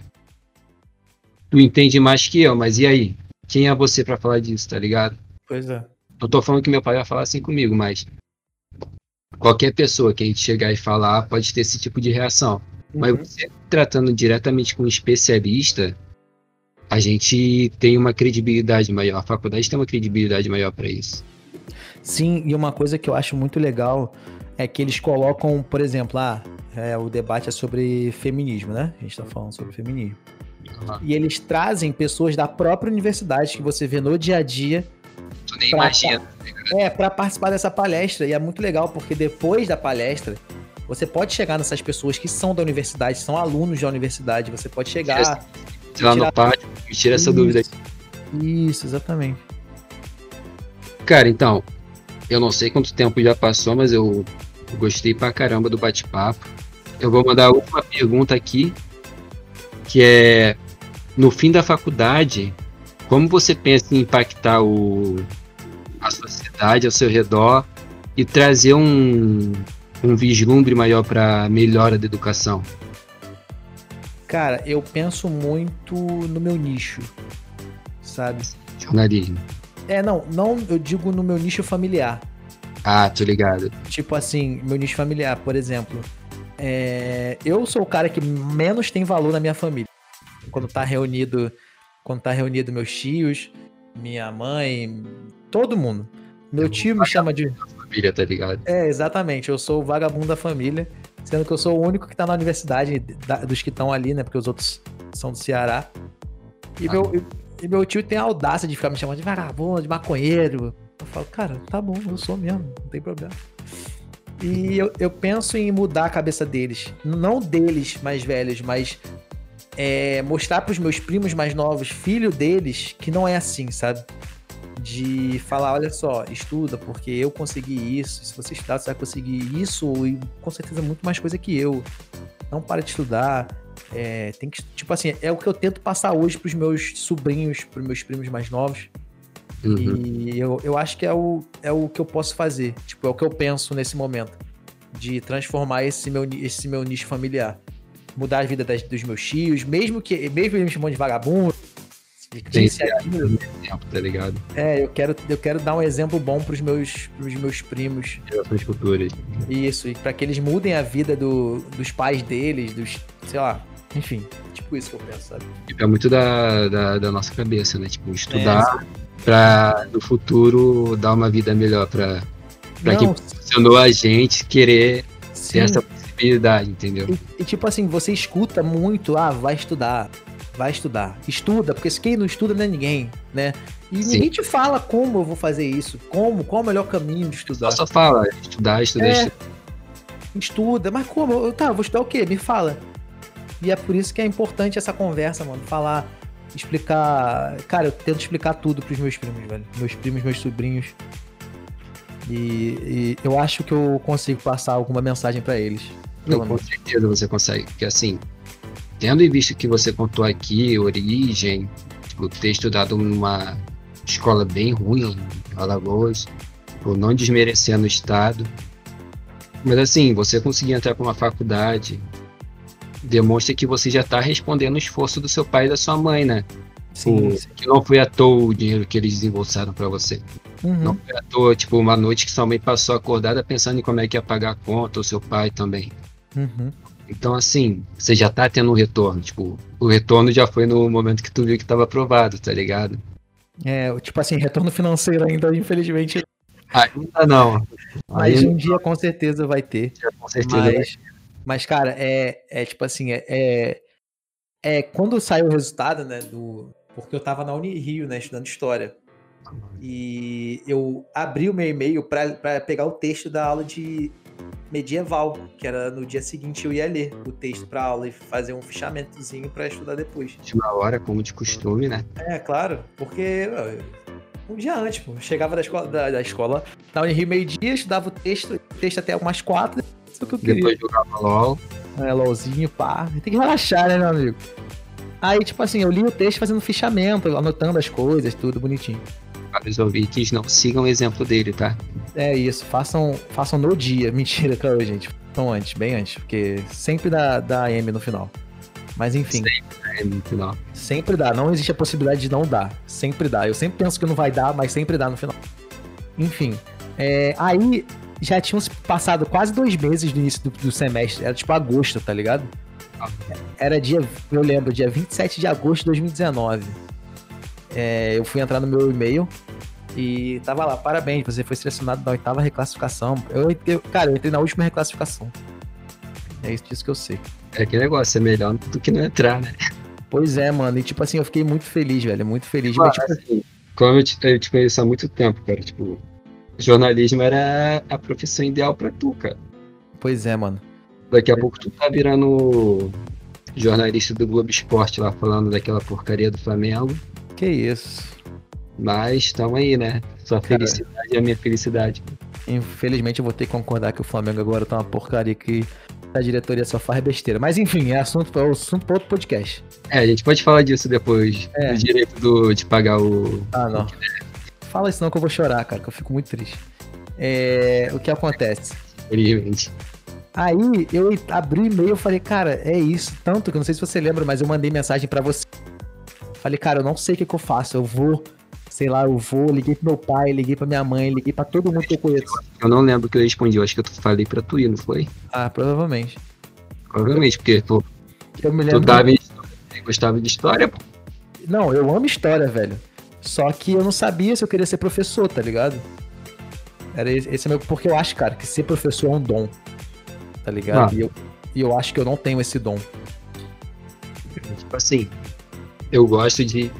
Tu entende mais que eu, mas e aí? Quem é você pra falar disso, tá ligado? Pois é. Não tô falando que meu pai vai falar assim comigo, mas qualquer pessoa que a gente chegar e falar pode ter esse tipo de reação. Mas você tratando diretamente com um especialista, a gente tem uma credibilidade maior. A faculdade tem uma credibilidade maior para isso. Sim, e uma coisa que eu acho muito legal é que eles colocam, por exemplo, o debate é sobre feminismo, né? A gente tá falando sobre feminismo. E eles trazem pessoas da própria universidade que você vê no dia a dia. Tu nem imagina. Para participar dessa palestra. E é muito legal, porque depois da palestra, você pode chegar nessas pessoas que são da universidade, são alunos da universidade. Você pode chegar. Lá no pátio, me tira essa dúvida aqui. Isso, exatamente. Cara, então, eu não sei quanto tempo já passou, mas eu gostei pra caramba do bate-papo. Eu vou mandar a última pergunta aqui, que é, no fim da faculdade, como você pensa em impactar a sociedade ao seu redor e trazer um vislumbre maior para melhora da educação? Cara, eu penso muito no meu nicho, sabe? Jornalismo. Não, eu digo no meu nicho familiar. Ah, tô ligado. Tipo assim, meu nicho familiar, por exemplo. Eu sou o cara que menos tem valor na minha família. Quando tá reunido meus tios, minha mãe, todo mundo. Meu tio me chama de... família, tá ligado? Exatamente. Eu sou o vagabundo da família, sendo que eu sou o único que tá na universidade dos que estão ali, né? Porque os outros são do Ceará. E meu tio tem a audácia de ficar me chamando de vagabundo, de maconheiro. Eu falo, cara, tá bom, eu sou mesmo, não tem problema. E eu penso em mudar a cabeça deles. Não deles mais velhos, mas mostrar pros meus primos mais novos, filho deles, que não é assim, sabe? De falar, olha só, estuda, porque eu consegui isso. Se você estudar, você vai conseguir isso e com certeza muito mais coisa que eu. Não para de estudar. Tem que, tipo assim, é o que eu tento passar hoje pros meus sobrinhos, pros meus primos mais novos. Uhum. E eu acho que é o que eu posso fazer. Tipo, é o que eu penso nesse momento. De transformar esse meu nicho familiar. Mudar a vida dos meus tios, mesmo eles me chamando de vagabundo, Tem disse aquilo. tempo, tá ligado? Eu quero dar um exemplo bom pros meus primos. Gerações futuras. Isso, e pra que eles mudem a vida dos pais deles, sei lá, enfim, tipo isso que eu penso, sabe? Fica muito da nossa cabeça, né? Tipo, estudar pra no futuro dar uma vida melhor pra quem funcionou a gente querer ter essa possibilidade, entendeu? E tipo assim, você escuta muito, vai estudar, estuda, porque quem não estuda não é ninguém, né? E ninguém te fala como eu vou fazer isso, qual é o melhor caminho de estudar. Só fala, estudar. Estuda, mas como? Vou estudar o quê? Me fala. E é por isso que é importante essa conversa, mano, falar, explicar, cara, eu tento explicar tudo pros meus primos, velho, meus sobrinhos. E eu acho que eu consigo passar alguma mensagem pra eles. Não, com certeza você consegue, porque assim, tendo em vista que você contou aqui, origem, tipo, ter estudado numa escola bem ruim, em Alagoas, por não desmerecendo o estado, mas assim, você conseguir entrar para uma faculdade, demonstra que você já está respondendo o esforço do seu pai e da sua mãe, né? Sim. Que não foi à toa o dinheiro que eles desembolsaram para você. Uhum. Não foi à toa, tipo, uma noite que sua mãe passou acordada pensando em como é que ia pagar a conta, ou seu pai também. Uhum. Então, assim, você já tá tendo um retorno. Tipo, o retorno já foi no momento que tu viu que tava aprovado, tá ligado? Tipo assim, retorno financeiro ainda, infelizmente. Ainda não. Mas um dia com certeza vai ter. Com certeza. Mas cara, tipo assim, quando saiu o resultado, né, porque eu tava na Unirio, né, estudando História. E eu abri o meu e-mail pra pegar o texto da aula de medieval, que era no dia seguinte eu ia ler o texto pra aula e fazer um fichamentozinho pra estudar depois. De uma hora, como de costume, né? Claro, porque um dia antes, pô, eu chegava da escola na Unirio meio-dia, estudava o texto até umas 4, isso que eu queria. Depois jogava LOL. LOLzinho, pá. Tem que relaxar, né, meu amigo? Aí, tipo assim, eu li o texto fazendo fichamento, anotando as coisas, tudo bonitinho. Para os ouvintes, não sigam o exemplo dele, tá? É isso, façam no dia. Mentira, claro, gente. Então antes, bem antes, porque sempre dá M no final. Mas enfim. Sempre dá M no final. Sempre dá, não existe a possibilidade de não dar. Sempre dá. Eu sempre penso que não vai dar, mas sempre dá no final. Enfim. Aí já tinham passado quase 2 meses do início do semestre. Era tipo agosto, tá ligado? Era eu lembro, dia 27 de agosto de 2019. Eu fui entrar no meu e-mail e tava lá, parabéns, você foi selecionado na 8ª reclassificação. Cara, eu entrei na última reclassificação. É isso que eu sei. É aquele negócio, é melhor do que não entrar, né? Pois é, mano, e tipo assim, eu fiquei muito feliz, velho, muito feliz. Mas, tipo, assim, como eu te conheço há muito tempo, cara, tipo, jornalismo era a profissão ideal pra tu, cara. Pois é, mano. Daqui a pouco tu tá virando jornalista do Globo Esporte lá, falando daquela porcaria do Flamengo. Que isso. Mas tamo aí, né? Sua felicidade é a minha felicidade. Infelizmente eu vou ter que concordar que o Flamengo agora tá uma porcaria, que a diretoria só faz besteira. Mas enfim, é assunto para outro podcast. A gente pode falar disso depois. Do direito de pagar o... não. Fala isso não que eu vou chorar, cara, que eu fico muito triste. O que acontece? Infelizmente. Aí eu abri o e-mail e falei, cara, é isso. Tanto que eu não sei se você lembra, mas eu mandei mensagem pra você. Falei, cara, eu não sei o que eu faço. Liguei pro meu pai, liguei pra minha mãe, liguei pra todo mundo que eu conheço. Eu não lembro o que eu respondi, eu acho que eu falei pra tu ir, não foi? Provavelmente. Provavelmente, porque, pô, eu me lembro... tu gostava de história, pô. Não, eu amo história, velho. Só que eu não sabia se eu queria ser professor, tá ligado? Esse é meu... Porque eu acho, cara, que ser professor é um dom. Tá ligado? E eu acho que eu não tenho esse dom. Tipo assim, eu gosto de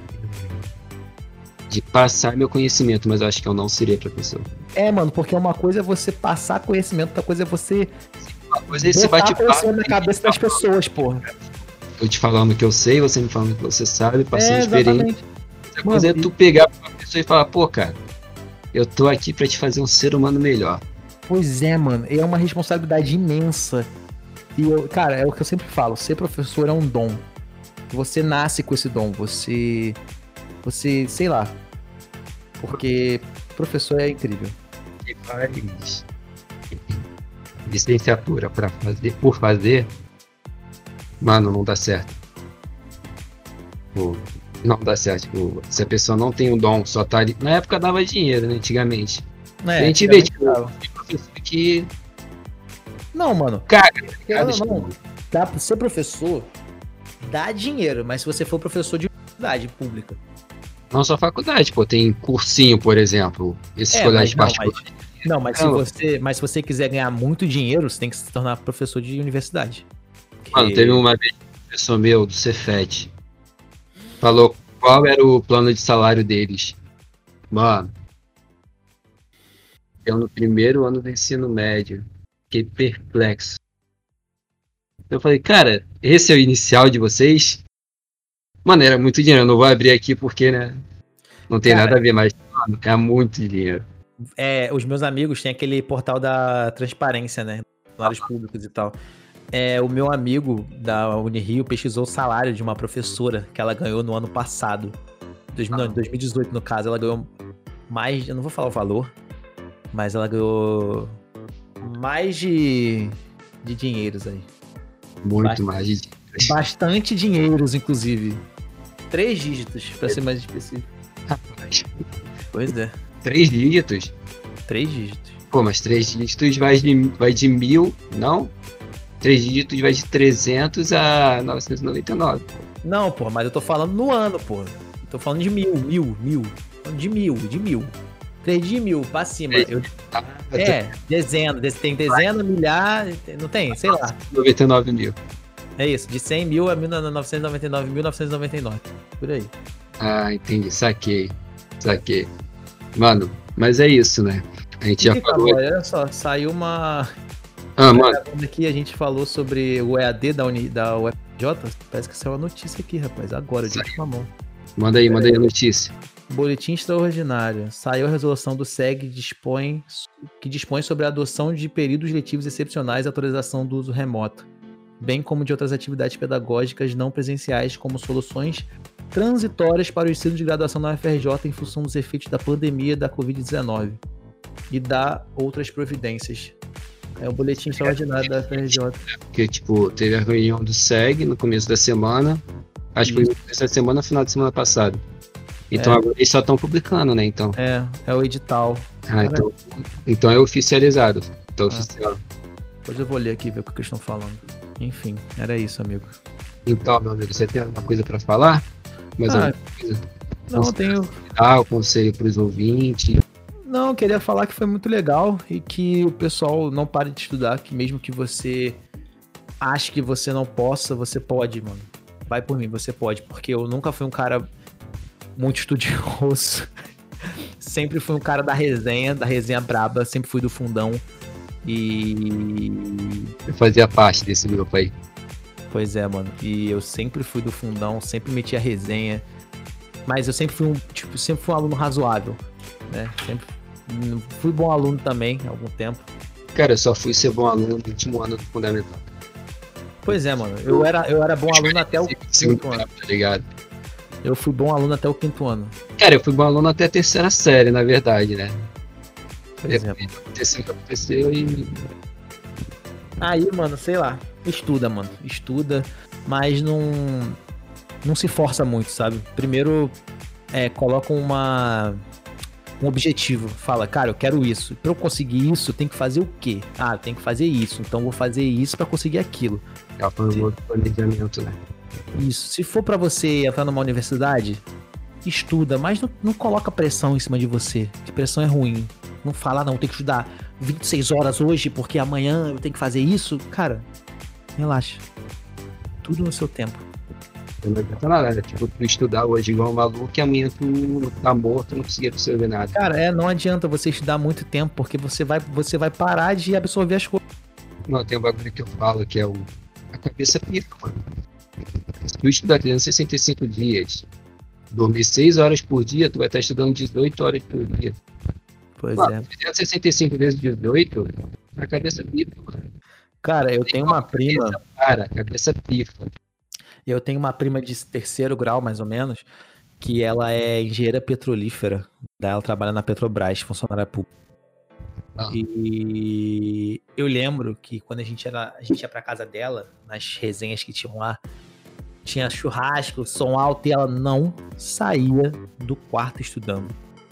passar meu conhecimento, mas eu acho que eu não seria professor. Mano, porque uma coisa é você passar conhecimento, outra coisa é você... Uma coisa é esse bate-papo na cabeça das pessoas, porra. Eu te falando que eu sei, você me falando que você sabe, passando experiência. Outra coisa é tu pegar uma pessoa e falar, pô, cara, eu tô aqui pra te fazer um ser humano melhor. Pois é, mano, é uma responsabilidade imensa. E cara, é o que eu sempre falo, ser professor é um dom. Você nasce com esse dom, você, sei lá. porque professor é incrível. Que faz licenciatura pra fazer, por fazer, mano, não dá certo. Pô, não dá certo. Tipo, se a pessoa não tem um dom, só tá ali. Na época dava dinheiro, né? Antigamente. A gente vê, tipo, tem professor que. Não, mano. Caga, Não. Dá pra ser professor, dá dinheiro, mas se você for professor de universidade pública. Não só faculdade, pô, tem cursinho, por exemplo. Esses colégios particulares. Mas se você quiser ganhar muito dinheiro, você tem que se tornar professor de universidade. Mano, teve uma vez um professor meu do Cefet falou qual era o plano de salário deles. Mano, eu no primeiro ano do ensino médio fiquei perplexo. Eu falei, cara, esse é o inicial de vocês? Mano, era muito dinheiro. Eu não vou abrir aqui porque, né? Não tem nada a ver, mas, mano, é muito dinheiro. Os meus amigos têm aquele portal da transparência, né? Salários públicos e tal. O meu amigo da Unirio pesquisou o salário de uma professora que ela ganhou no ano passado. 2018, no caso. Ela ganhou mais... Eu não vou falar o valor, mas ela ganhou mais de dinheiros aí. Muito mais de dinheiros. Bastante dinheiros, inclusive. 3 dígitos, pra ser mais específico. Rapaz. Pois é. 3 dígitos? 3 dígitos. Pô, mas 3 dígitos vai de 1.000, não? 3 dígitos vai de 300 a 999. Não, pô, mas eu tô falando no ano, pô. Tô falando de mil. De mil. 3 de 1.000 pra cima. Dezena. Tem dezena, milhar, não tem? Sei lá. 99 mil. É isso, de 100 mil a 1999. Por aí. Ah, entendi. Saquei. Mano, mas é isso, né? A gente já falou. Olha só, saiu uma. Mano. Aqui a gente falou sobre o EAD da UFJ. Parece que saiu a notícia aqui, rapaz. Agora, de última mão. Manda aí a notícia. Boletim extraordinário. Saiu a resolução do SEG que dispõe sobre a adoção de períodos letivos excepcionais e autorização do uso remoto, bem como de outras atividades pedagógicas não presenciais, como soluções transitórias para o ensino de graduação na UFRJ em função dos efeitos da pandemia da Covid-19 e da outras providências. É o boletim extraordinário da UFRJ. Porque, tipo, teve a reunião do SEG no começo da semana, acho que foi no começo da semana, final de semana passada. Então agora eles só estão publicando, né? Então. É o edital. Então é oficializado. Tá oficial. Depois eu vou ler aqui e ver o que eles estão falando. Enfim, era isso, amigo. Então, meu amigo, você tem alguma coisa pra falar? Mais alguma coisa? Não, tenho. O conselho pros ouvintes. Não, eu queria falar que foi muito legal e que o pessoal não pare de estudar, que mesmo que você ache que você não possa, você pode, mano. Vai por mim, você pode, porque eu nunca fui um cara muito estudioso. Sempre fui um cara da resenha braba, sempre fui do fundão. E eu fazia parte desse grupo aí. Pois é, mano. E eu sempre fui do fundão, sempre meti a resenha. Mas eu sempre fui um aluno razoável, né? Sempre fui bom aluno também, há algum tempo. Cara, eu só fui ser bom aluno no último ano do fundamental. Pois é, mano. Eu era bom aluno até o quinto ano. Tá ligado? Eu fui bom aluno até o quinto ano. Cara, eu fui bom aluno até a terceira série, na verdade, né? Pois é. Aconteceu o que aconteceu e... Aí, mano, sei lá. Estuda, mano. Estuda, mas não se força muito, sabe? Primeiro, coloca um objetivo. Fala, cara, eu quero isso. Pra eu conseguir isso, eu tenho que fazer o quê? Eu tenho que fazer isso. Então, eu vou fazer isso pra conseguir aquilo. É o famoso planejamento, né? Isso. Se for pra você entrar numa universidade, estuda, mas não coloca pressão em cima de você. Que pressão é ruim. Não fala, não, tem que estudar 26 horas hoje, porque amanhã eu tenho que fazer isso. Cara, relaxa. Tudo no seu tempo. Não adianta nada, tipo, tu estudar hoje igual um maluco e amanhã tu tá morto, não conseguir absorver nada. Cara, não adianta você estudar muito tempo, porque você vai parar de absorver as coisas. Não, tem um bagulho que eu falo que é a cabeça pica, mano. Se tu estudar 365 dias, dormir 6 horas por dia, tu vai estar estudando 18 horas por dia. Pois mano, 365 vezes 18, a cabeça pica, mano. Cara, eu tenho uma prima... Cabeça pica. Eu tenho uma prima de terceiro grau, mais ou menos, que ela é engenheira petrolífera. Daí ela trabalha na Petrobras, funcionária pública. E eu lembro que quando a gente ia pra casa dela, nas resenhas que tinham lá, tinha churrasco, som alto, e ela não saía do quarto estudando.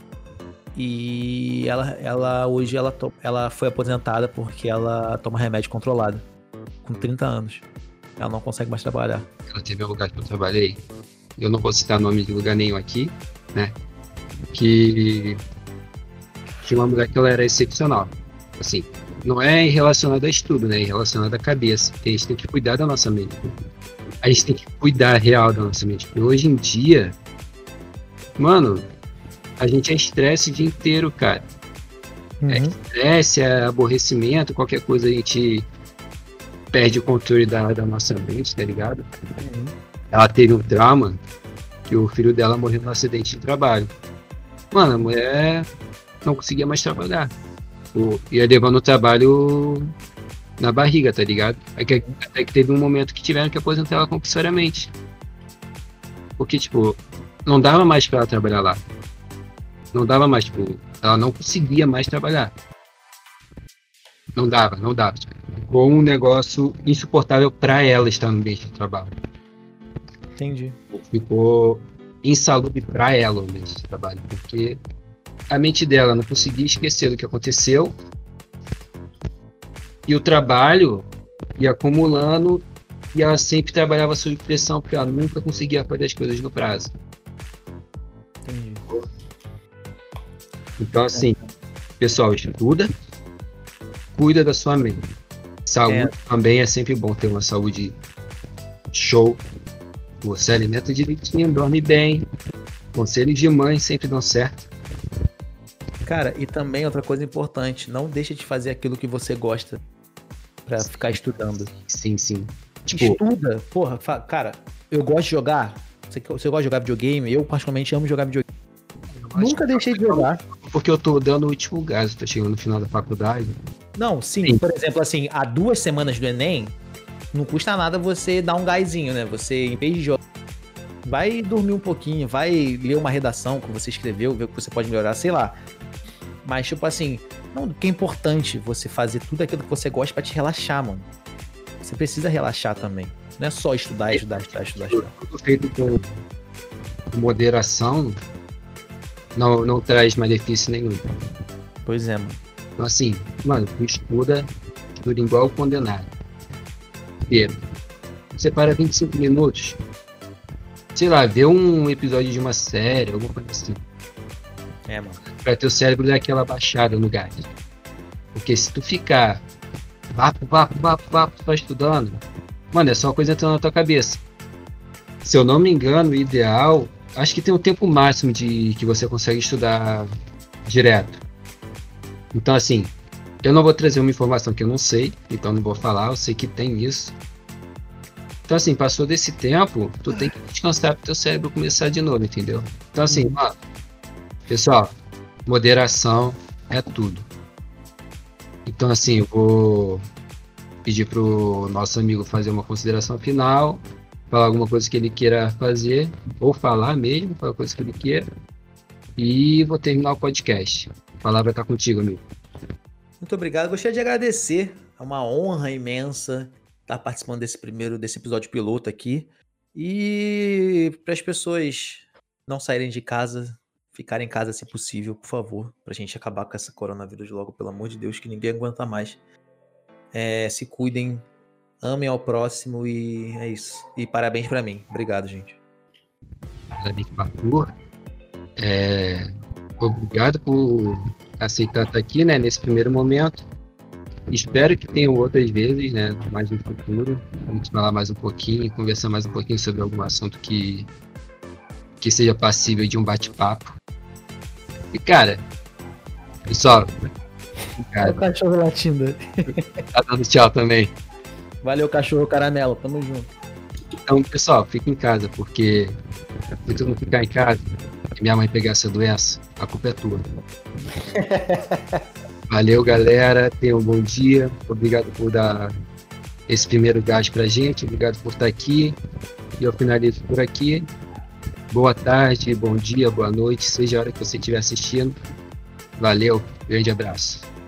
E hoje ela foi aposentada porque ela toma remédio controlado, com 30 anos. Ela não consegue mais trabalhar. Ela teve um lugar que eu trabalhei, eu não vou citar nome de lugar nenhum aqui, né? Que tinha uma mulher que ela era excepcional. Assim, não é relacionado a estudo, né? É relacionado à cabeça. A gente tem que cuidar da nossa mente. A gente tem que cuidar real da nossa mente. Porque hoje em dia, mano, a gente é estresse o dia inteiro, cara. É estresse, é aborrecimento, qualquer coisa a gente perde o controle da nossa mente, tá ligado? Ela teve um trauma que o filho dela morreu num acidente de trabalho. Mano, a mulher não conseguia mais trabalhar. Ia levando o trabalho na barriga, tá ligado? Até que teve um momento que tiveram que aposentar ela compulsoriamente. Porque, tipo, não dava mais pra ela trabalhar lá. Não dava mais, tipo, ela não conseguia mais trabalhar. Não dava. Ficou um negócio insuportável pra ela estar no ambiente de trabalho. Entendi. Ficou insalubre pra ela o ambiente de trabalho, porque a mente dela não conseguia esquecer do que aconteceu e o trabalho ia acumulando e ela sempre trabalhava sob pressão porque ela nunca conseguia fazer as coisas no prazo. Entendi. Então, assim, pessoal, estuda, cuida da sua mente. Saúde também é sempre bom ter uma saúde show. Você alimenta direitinho, dorme bem. Conselhos de mãe sempre dão certo. Cara, e também outra coisa importante, não deixa de fazer aquilo que você gosta pra ficar estudando. Sim. Tipo, estuda, porra, cara, eu gosto de jogar. Você gosta de jogar videogame? Eu particularmente amo jogar videogame. Nunca deixei de jogar. Porque eu tô dando o último gás, tô chegando no final da faculdade. Não, sim. Por exemplo, assim, há 2 semanas do Enem, não custa nada você dar um gásinho, né? Você, em vez de jogar, vai dormir um pouquinho, vai ler uma redação que você escreveu, ver o que você pode melhorar, sei lá. Mas, tipo assim, não, que é importante você fazer tudo aquilo que você gosta pra te relaxar, mano. Você precisa relaxar também. Não é só estudar. Tudo feito com moderação não traz malefício nenhum. Pois é, mano. Então, assim, mano, tu estuda igual o condenado. Primeiro, você para 25 minutos, sei lá, vê um episódio de uma série, alguma coisa assim. Mano. Pra teu cérebro dar aquela baixada no gás. Porque se tu ficar só estudando, mano, é só uma coisa entrando na tua cabeça. Se eu não me engano, o ideal, acho que tem um tempo máximo de que você consegue estudar direto. Então, assim, eu não vou trazer uma informação que eu não sei, então não vou falar, eu sei que tem isso. Então, assim, passou desse tempo, tu tem que descansar pro teu cérebro começar de novo, entendeu? Então, assim, ó, pessoal, moderação é tudo. Então, assim, eu vou pedir pro nosso amigo fazer uma consideração final, falar alguma coisa que ele queira fazer, ou falar mesmo, falar coisa que ele queira, e vou terminar o podcast. A palavra tá contigo, amigo. Muito obrigado. Gostaria de agradecer. É uma honra imensa estar participando desse episódio piloto aqui. E para as pessoas não saírem de casa, ficarem em casa se possível, por favor, pra gente acabar com essa coronavírus logo, pelo amor de Deus, que ninguém aguenta mais. Se cuidem, amem ao próximo e é isso. E parabéns pra mim. Obrigado, gente. Parabéns, Arthur. Obrigado por aceitar estar aqui, né, nesse primeiro momento. Espero que tenham outras vezes, né, mais no futuro. Vamos falar mais um pouquinho, conversar mais um pouquinho sobre algum assunto que seja passível de um bate-papo. E, cara, pessoal, Olha o cachorro latindo. Tá dando tchau também. Valeu, cachorro caramelo. Tamo junto. Então, pessoal, fica em casa, porque se tu não ficar em casa e minha mãe pegar essa doença, a culpa é tua. Valeu, galera. Tenham um bom dia. Obrigado por dar esse primeiro gás pra gente. Obrigado por estar aqui. E eu finalizo por aqui. Boa tarde, bom dia, boa noite, seja a hora que você estiver assistindo. Valeu, grande abraço.